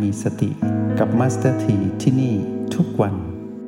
มีสติกับมาสเตอร์ทีที่นี่ทุกวัน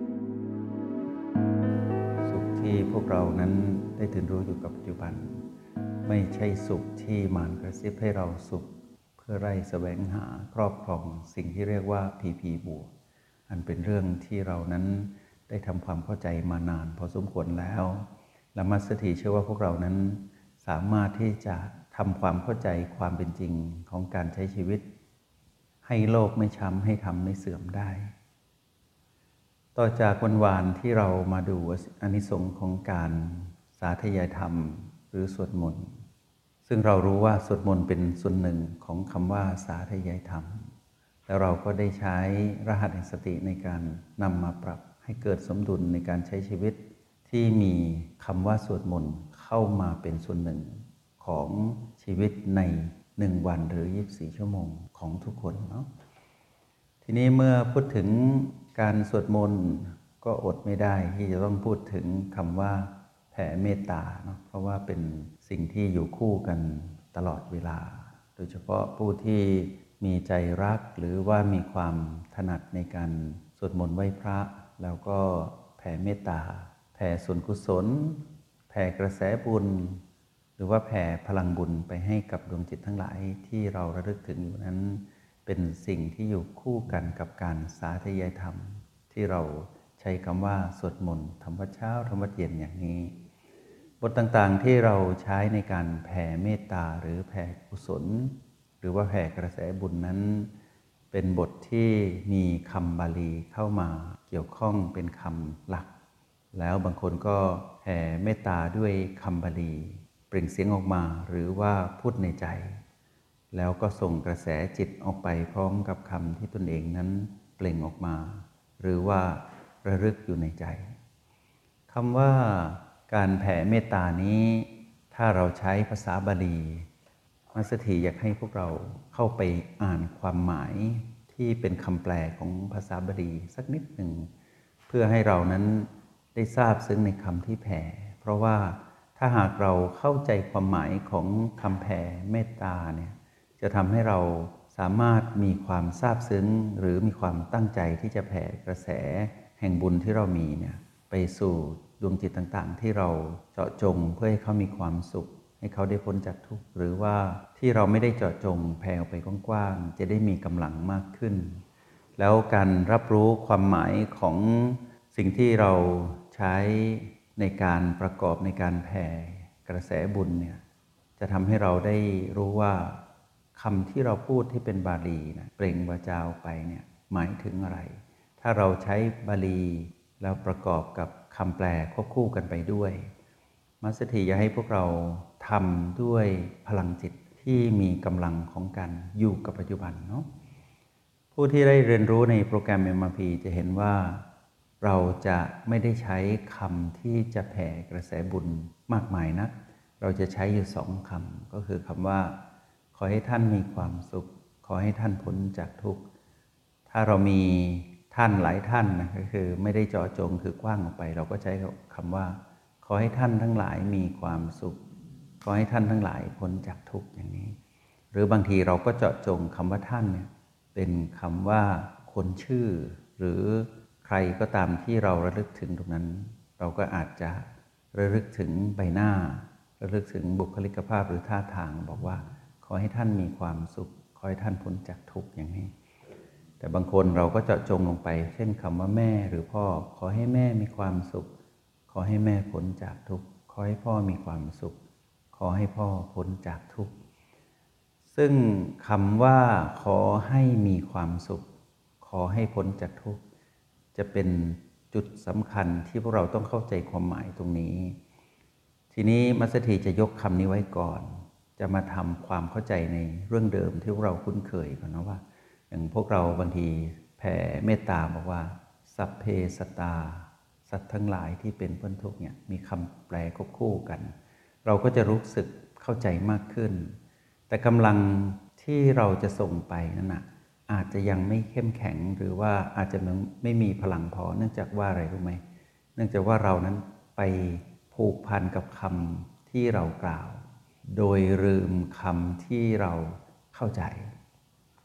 สุขที่พวกเรานั้นได้ตื่นรู้อยู่กับปัจจุบันไม่ใช่สุขที่มารกระซิบให้เราสุขเพื่อไล่แสวงหาครอบครองสิ่งที่เรียกว่าพีบวกอันเป็นเรื่องที่เรานั้นได้ทำความเข้าใจมานานพอสมควรแล้วและมาสเตอร์ทีเชื่อว่าพวกเรานั้นสามารถที่จะทำความเข้าใจความเป็นจริงของการใช้ชีวิตให้โลกไม่ช้ำให้ธรรมไม่เสื่อมได้ต่อจากวันวานที่เรามาดูอานิสงส์ของการสาธยายธรรมหรือสวดมนต์ซึ่งเรารู้ว่าสวดมนต์เป็นส่วนหนึ่งของคำว่าสาธยายธรรมแล้วเราก็ได้ใช้รหัสแห่งสติในการนำมาปรับให้เกิดสมดุลในการใช้ชีวิตที่มีคำว่าสวดมนต์เข้ามาเป็นส่วนหนึ่งของชีวิตใน1 วันหรือ24 ชั่วโมงของทุกคนเนาะทีนี้เมื่อพูดถึงการสวดมนต์ก็อดไม่ได้ที่จะต้องพูดถึงคำว่าแผ่เมตตาเนาะเพราะว่าเป็นสิ่งที่อยู่คู่กันตลอดเวลาโดยเฉพาะผู้ที่มีใจรักหรือว่ามีความถนัดในการสวดมนต์ไหว้พระแล้วก็แผ่เมตตาแผ่ส่วนกุศลแผ่กระแสบุญหรือว่าแผ่พลังบุญไปให้กับดวงจิตทั้งหลายที่เราระลึกถึงอยู่นั้นเป็นสิ่งที่อยู่คู่กันกับการสาธยายธรรมที่เราใช้คำว่าสวดมนต์ธรรมวัดเช้าธรรมวัดเย็นอย่างนี้บทต่างๆที่เราใช้ในการแผ่เมตตาหรือแผ่กุศลหรือว่าแผ่กระแสบุญนั้นเป็นบทที่มีคำบาลีเข้ามาเกี่ยวข้องเป็นคำหลักแล้วบางคนก็แผ่เมตตาด้วยคำบาลีเปล่งเสียงออกมาหรือว่าพูดในใจแล้วก็ส่งกระแสจิตออกไปพร้อมกับคำที่ตนเองนั้นเปล่งออกมาหรือว่าระลึกอยู่ในใจคำว่าการแผ่เมตตานี้ถ้าเราใช้ภาษาบาลีมัสถีอยากให้พวกเราเข้าไปอ่านความหมายที่เป็นคำแปลของภาษาบาลีสักนิดหนึ่งเพื่อให้เรานั้นได้ทราบซึ้งในคำที่แผ่เพราะว่าถ้าหากเราเข้าใจความหมายของคำแผ่เมตตาเนี่ยจะทำให้เราสามารถมีความซาบซึ้งหรือมีความตั้งใจที่จะแผ่กระแสแห่งบุญที่เรามีเนี่ยไปสู่ดวงจิตต่างๆที่เราเจาะจงเพื่อให้เขามีความสุขให้เขาได้พ้นจากทุกข์หรือว่าที่เราไม่ได้เจาะจงแผ่ออกไปกว้างๆจะได้มีกำลังมากขึ้นแล้วการรับรู้ความหมายของสิ่งที่เราใช้ในการประกอบในการแผ่กระแสบุญเนี่ยจะทำให้เราได้รู้ว่าคำที่เราพูดที่เป็นบาลีนะเปล่งวาจาออกไปเนี่ยหมายถึงอะไรถ้าเราใช้บาลีแล้วประกอบกับคำแปลควบคู่กันไปด้วยมัสถีอยากให้พวกเราทำด้วยพลังจิตที่มีกำลังของการอยู่กับปัจจุบันเนาะผู้ที่ได้เรียนรู้ในโปรแกรม MRP จะเห็นว่าเราจะไม่ได้ใช้คำที่จะแผ่กระแสบุญมากมายนักเราจะใช้อยู่2 คำก็คือคำว่าขอให้ท่านมีความสุขขอให้ท่านพ้นจากทุกข์ถ้าเรามีท่านหลายท่านนะก็คือไม่ได้เจาะจงคือกว้างออกไปเราก็ใช้คำว่าขอให้ท่านทั้งหลายมีความสุขขอให้ท่านทั้งหลายพ้นจากทุกข์อย่างนี้หรือบางทีเราก็เจาะจงคำว่าท่านเนี่ยเป็นคำว่าคนชื่อหรือใครก็ตามที่เราระลึกถึงตรงนั้นเราก็อาจจะระลึกถึงใบหน้าระลึกถึงบุคลิกภาพหรือท่าทางบอกว่าขอให้ท่านมีความสุขขอให้ท่านพ้นจากทุกข์อย่างนี้แต่บางคนเราก็เจาะจงลงไปเช่นคำว่าแม่หรือพ่อขอให้แม่มีความสุขขอให้แม่พ้นจากทุกข์ขอให้พ่อมีความสุขขอให้พ่อพ้นจากทุกข์ซึ่งคำว่าขอให้มีความสุขขอให้พ้นจากทุกข์จะเป็นจุดสำคัญที่พวกเราต้องเข้าใจความหมายตรงนี้ทีนี้มัสถีจะยกคำนี้ไว้ก่อนจะมาทำความเข้าใจในเรื่องเดิมที่พวกเราคุ้นเคยก่อนนะว่าอย่างพวกเราบางทีแผ่เมตตาบอกว่าสัพเพสัตตาสัตว์ทั้งหลายที่เป็นพ้นทุกข์เนี่ยมีคำแปลควบคู่กันเราก็จะรู้สึกเข้าใจมากขึ้นแต่กำลังที่เราจะส่งไปนั้นนะอาจจะยังไม่เข้มแข็งหรือว่าอาจจะไม่มีพลังพอเนื่องจากว่าอะไรรู้ไหมเนื่องจากว่าเรานั้นไปผูกพันกับคำที่เรากล่าวโดยลืมคำที่เราเข้าใจ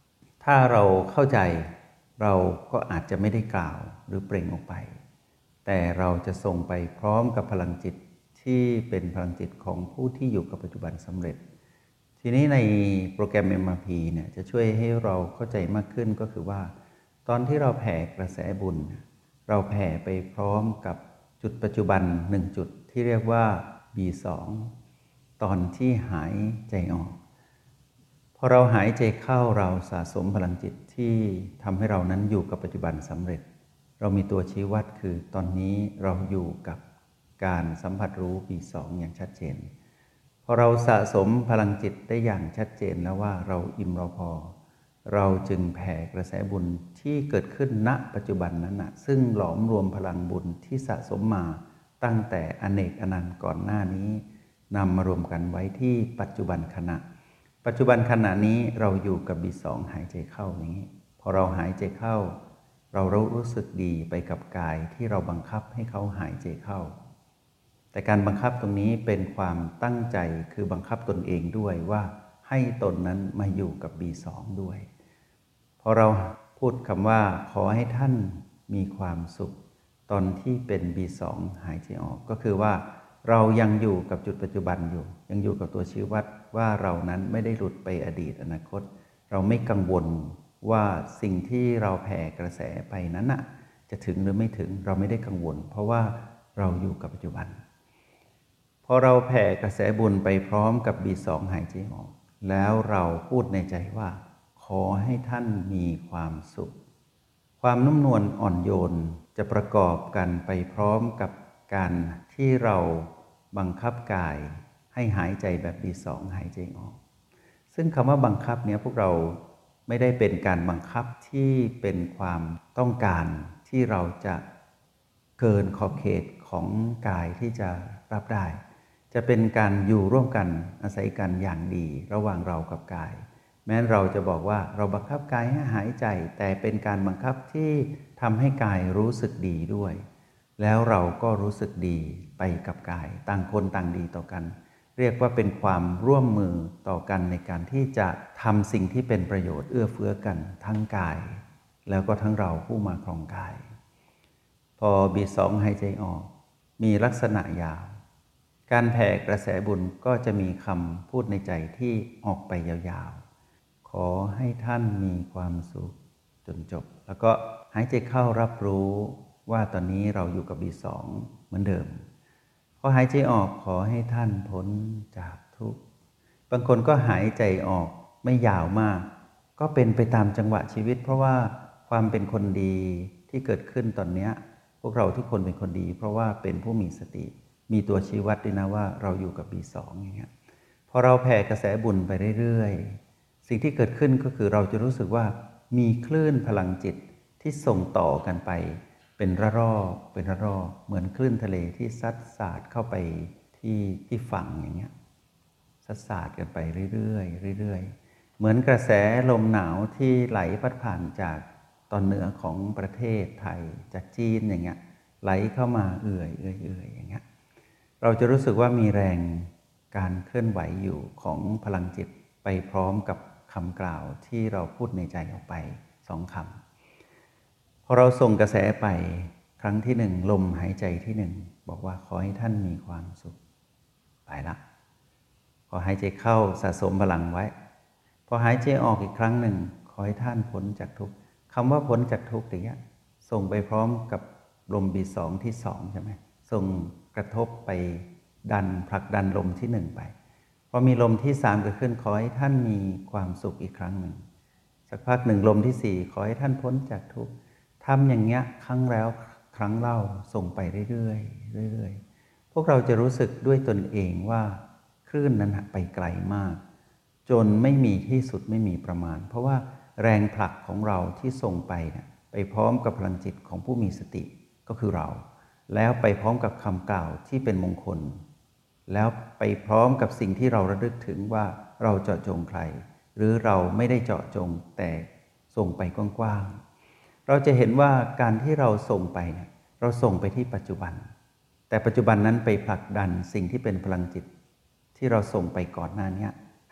ถ้าเราเข้าใจเราก็อาจจะไม่ได้กล่าวหรือเปล่งออกไปแต่เราจะส่งไปพร้อมกับพลังจิตที่เป็นพลังจิตของผู้ที่อยู่กับปัจจุบันสำเร็จทีนี้ในโปรแกรม MRP เนี่ยจะช่วยให้เราเข้าใจมากขึ้นก็คือว่าตอนที่เราแผ่กระแสบุญเราแผ่ไปพร้อมกับจุดปัจจุบัน1จุดที่เรียกว่า B2 ตอนที่หายใจออกพอเราหายใจเข้าเราสะสมพลังจิตที่ทำให้เรานั้นอยู่กับปัจจุบันสำเร็จเรามีตัวชี้วัดคือตอนนี้เราอยู่กับการสัมผัสรู้ B2 อย่างชัดเจนพอเราสะสมพลังจิตได้อย่างชัดเจนแล้วว่าเราอิ่มเราพอเราจึงแผ่กระแสบุญที่เกิดขึ้นณปัจจุบันนั้นนะซึ่งหลอมรวมพลังบุญที่สะสมมาตั้งแต่อเนกอนันต์ก่อนหน้านี้นำมารวมกันไว้ที่ปัจจุบันขณะปัจจุบันขณะนี้เราอยู่กับ B2 หายใจเข้าอย่างนี้พอเราหายใจเข้าเรารู้สึกดีไปกับกายที่เราบังคับให้เขาหายใจเข้าแต่การบังคับตรงนี้เป็นความตั้งใจคือบังคับตนเองด้วยว่าให้ตนนั้นมาอยู่กับ B2 ด้วยพอเราพูดคำว่าขอให้ท่านมีความสุขตอนที่เป็น B2 หายใจออกก็คือว่าเรายังอยู่กับจุดปัจจุบันอยู่ยังอยู่กับตัวชี้วัดว่าเรานั้นไม่ได้หลุดไปอดีตอนาคตเราไม่กังวลว่าสิ่งที่เราแผ่กระแสไปนั้นน่ะจะถึงหรือไม่ถึงเราไม่ได้กังวลเพราะว่าเราอยู่กับปัจจุบันพอเราแผ่กระแสบุญไปพร้อมกับ B2 หายใจออกแล้วเราพูดในใจว่าขอให้ท่านมีความสุขความนุ่มนวลอ่อนโยนจะประกอบกันไปพร้อมกับการที่เราบังคับกายให้หายใจแบบ B2 หายใจออกซึ่งคำว่าบังคับเนี้ยพวกเราไม่ได้เป็นการบังคับที่เป็นความต้องการที่เราจะเกินขอบเขตของกายที่จะรับได้จะเป็นการอยู่ร่วมกันอาศัยกันอย่างดีระหว่างเรากับกายแม้เราจะบอกว่าเราบังคับกายให้หายใจแต่เป็นการบังคับที่ทำให้กายรู้สึกดีด้วยแล้วเราก็รู้สึกดีไปกับกายต่างคนต่างดีต่อกันเรียกว่าเป็นความร่วมมือต่อกันในการที่จะทำสิ่งที่เป็นประโยชน์เอื้อเฟื้อกันทั้งกายแล้วก็ทั้งเราผู้มาครองกายพอ B2 หายใจออกมีลักษณะยาวการแผ่กระแสบุญก็จะมีคำพูดในใจที่ออกไปยาวๆขอให้ท่านมีความสุขจนจบแล้วก็หายใจเข้ารับรู้ว่าตอนนี้เราอยู่กับ B2 เหมือนเดิมพอหายใจออกขอให้ท่านพ้นจากทุกข์บางคนก็หายใจออกไม่ยาวมากก็เป็นไปตามจังหวะชีวิตเพราะว่าความเป็นคนดีที่เกิดขึ้นตอนนี้พวกเราทุกคนเป็นคนดีเพราะว่าเป็นผู้มีสติมีตัวชี้วัดด้วยนะว่าเราอยู่กับ B2 อย่างเงี้ยพอเราแผ่กระแสบุญไปเรื่อยๆสิ่งที่เกิดขึ้นก็คือเราจะรู้สึกว่ามีคลื่นพลังจิตที่ส่งต่อกันไปเป็นระลอกเป็นระลอกเหมือนคลื่นทะเลที่ซัดสาดเข้าไปที่ฝั่งอย่างเงี้ยซัดสาดกันไปเรื่อยๆเรื่อยๆเหมือนกระแสลมหนาวที่ไหลพัดผ่านจากตอนเหนือของประเทศไทยจากจีนอย่างเงี้ยไหลเข้ามาเอื่อยอย่างเงี้ยเราจะรู้สึกว่ามีแรงการเคลื่อนไหวอยู่ของพลังจิตไปพร้อมกับคำกล่าวที่เราพูดในใจออกไป2 คำพอเราส่งกระแสไปครั้งที่1ลมหายใจที่1บอกว่าขอให้ท่านมีความสุขไปละพอหายใจเข้าสะสมพลังไว้พอหายใจออกอีกครั้งหนึ่งขอให้ท่านพ้นจากทุกข์คำว่าพ้นจากทุกข์อย่างเงี้ยส่งไปพร้อมกับลม B2 ที่2ใช่ไหมส่งกระทบไปผลักดันลมที่1ไปพอมีลมที่3เกิดขึ้นขอให้ท่านมีความสุขอีกครั้งหนึ่งสักพักหนึ่งลมที่4ขอให้ท่านพ้นจากทุกข์ทำอย่างเงี้ยครั้งแล้วครั้งเล่าส่งไปเรื่อยๆพวกเราจะรู้สึกด้วยตนเองว่าคลื่นนั้นไปไกลมากจนไม่มีที่สุดไม่มีประมาณเพราะว่าแรงผลักของเราที่ส่งไปเนี่ยไปพร้อมกับพลังจิตของผู้มีสติก็คือเราแล้วไปพร้อมกับคำกล่าวที่เป็นมงคลแล้วไปพร้อมกับสิ่งที่เราระลึกถึงว่าเราเจาะจงใครหรือเราไม่ได้เจาะจงแต่ส่งไปกว้างๆเราจะเห็นว่าการที่เราส่งไปเนี่ยเราส่งไปที่ปัจจุบันแต่ปัจจุบันนั้นไปผลักดันสิ่งที่เป็นพลังจิตที่เราส่งไปก่อนหน้านี้ใ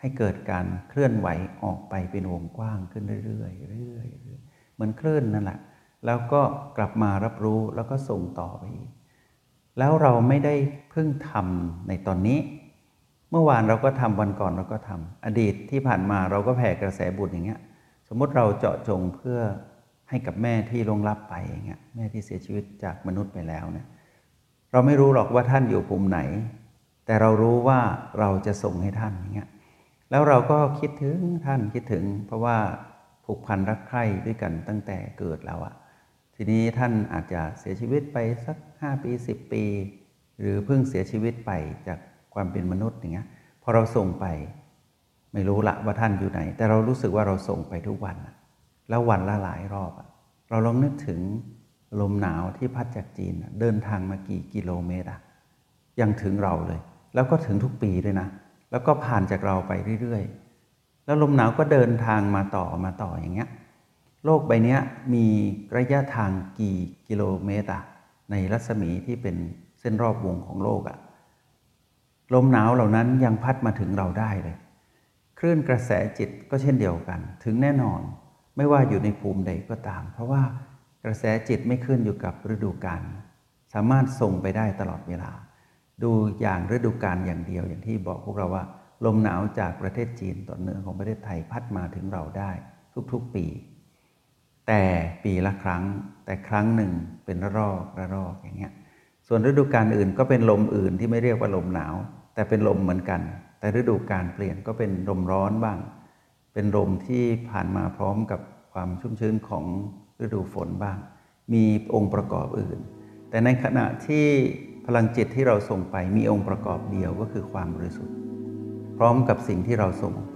ให้เกิดการเคลื่อนไหวออกไปเป็นวงกว้างขึ้นเรื่อยๆเรื่อยๆเหมือนคลื่นนั่นแหละแล้วก็กลับมารับรู้แล้วก็ส่งต่อไปอีกแล้วเราไม่ได้เพิ่งทำในตอนนี้เมื่อวานเราก็ทำวันก่อนเราก็ทำอดีตที่ผ่านมาเราก็แผ่กระแสบุญอย่างเงี้ยสมมติเราเจาะจงเพื่อให้กับแม่ที่ล่วงลับไปอย่างเงี้ยแม่ที่เสียชีวิตจากมนุษย์ไปแล้วเนี่ยเราไม่รู้หรอกว่าท่านอยู่ภูมิไหนแต่เรารู้ว่าเราจะส่งให้ท่านอย่างเงี้ยแล้วเราก็คิดถึงท่านคิดถึงเพราะว่าผูกพันรักใคร่ด้วยกันตั้งแต่เกิดแล้วอะทีนี้ท่านอาจจะเสียชีวิตไปสัก5 ปี10 ปีหรือเพิ่งเสียชีวิตไปจากความเป็นมนุษย์อย่างเงี้ยพอเราส่งไปไม่รู้ละว่าท่านอยู่ไหนแต่เรารู้สึกว่าเราส่งไปทุกวันแล้ววันละหลายรอบเราลองนึกถึงลมหนาวที่พัดจากจีนเดินทางมากี่กิโลเมตรยังถึงเราเลยแล้วก็ถึงทุกปีด้วยนะแล้วก็ผ่านจากเราไปเรื่อยๆแล้วลมหนาวก็เดินทางมาต่ออย่างเงี้ยโลกใบนี้มีระยะทางกี่กิโลเมตรในรัศมีที่เป็นเส้นรอบวงของโลกลมหนาวเหล่านั้นยังพัดมาถึงเราได้เลยคลื่นกระแสจิตก็เช่นเดียวกันถึงแน่นอนไม่ว่าอยู่ในภูมิใดก็ตามเพราะว่ากระแสจิตไม่ขึ้นอยู่กับฤดูกาลสามารถส่งไปได้ตลอดเวลาดูอย่างฤดูกาลอย่างเดียวอย่างที่บอกพวกเราว่าลมหนาวจากประเทศจีนตอนเหนือของประเทศไทยพัดมาถึงเราได้ทุกๆปีแต่ปีละครั้งแต่ครั้งหนึ่งเป็นระลอกอย่างเงี้ยส่วนฤดูกาลอื่นก็เป็นลมอื่นที่ไม่เรียกว่าลมหนาวแต่เป็นลมเหมือนกันแต่ฤดูกาลเปลี่ยนก็เป็นลมร้อนบ้างเป็นลมที่ผ่านมาพร้อมกับความชุ่มชื้นของฤดูฝนบ้างมีองค์ประกอบอื่นแต่ในขณะที่พลังจิตที่เราส่งไปมีองค์ประกอบเดียวก็คือความบริสุทธิ์พร้อมกับสิ่งที่เราส่งออกไป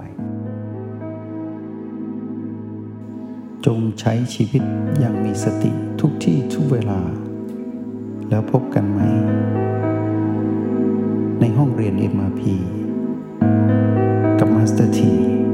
จงใช้ชีวิตอย่างมีสติทุกที่ทุกเวลาแล้วพบกันไหมในห้องเรียน MRP กับมาสเตอร์ที